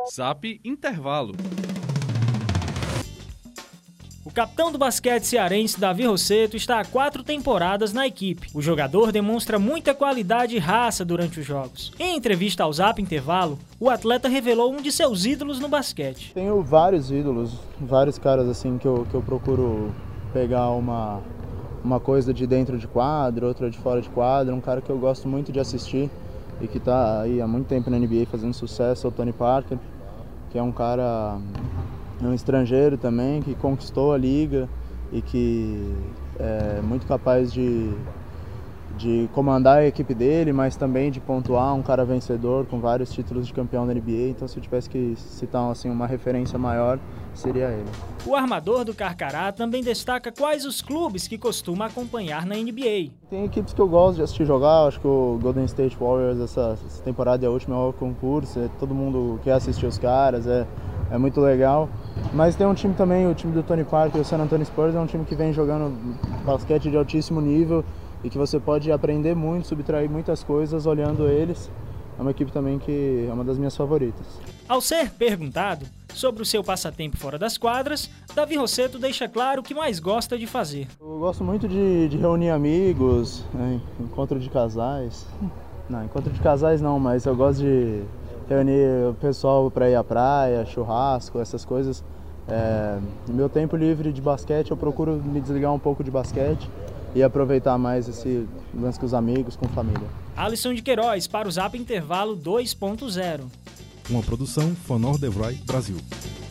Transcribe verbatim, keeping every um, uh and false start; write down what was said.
Zap Intervalo. O capitão do basquete cearense, Davi Rossetto, está há quatro temporadas na equipe. O jogador demonstra muita qualidade e raça durante os jogos. Em entrevista ao Zap Intervalo, o atleta revelou um de seus ídolos no basquete. Tenho vários ídolos, vários caras assim que eu, que eu procuro pegar uma, uma coisa de dentro de quadro, outra de fora de quadro. Um cara que eu gosto muito de assistir e que está aí há muito tempo na N B A fazendo sucesso é o Tony Parker, que é um cara... É um estrangeiro também que conquistou a liga e que é muito capaz de, de comandar a equipe dele, mas também de pontuar, um cara vencedor com vários títulos de campeão da N B A. Então, se eu tivesse que citar assim, uma referência maior, seria ele. O armador do Carcará também destaca quais os clubes que costuma acompanhar na N B A. Tem equipes que eu gosto de assistir jogar, acho que o Golden State Warriors, essa, essa temporada é a última, é o concurso, é, todo mundo quer assistir os caras, é, é muito legal. Mas tem um time também, o time do Tony Parker, o San Antonio Spurs, é um time que vem jogando basquete de altíssimo nível e que você pode aprender muito, subtrair muitas coisas olhando eles. É uma equipe também que é uma das minhas favoritas. Ao ser perguntado sobre o seu passatempo fora das quadras, Davi Rossetto deixa claro o que mais gosta de fazer. Eu gosto muito de, de reunir amigos, né, encontro de casais. Não, encontro de casais não, mas eu gosto de reunir o pessoal para ir à praia, churrasco, essas coisas. É, no meu tempo livre de basquete eu procuro me desligar um pouco de basquete e aproveitar mais esse lance com os amigos, com a família. Alisson de Queiroz para o Zap Intervalo dois ponto zero. Uma produção Fonor Devroy Brasil.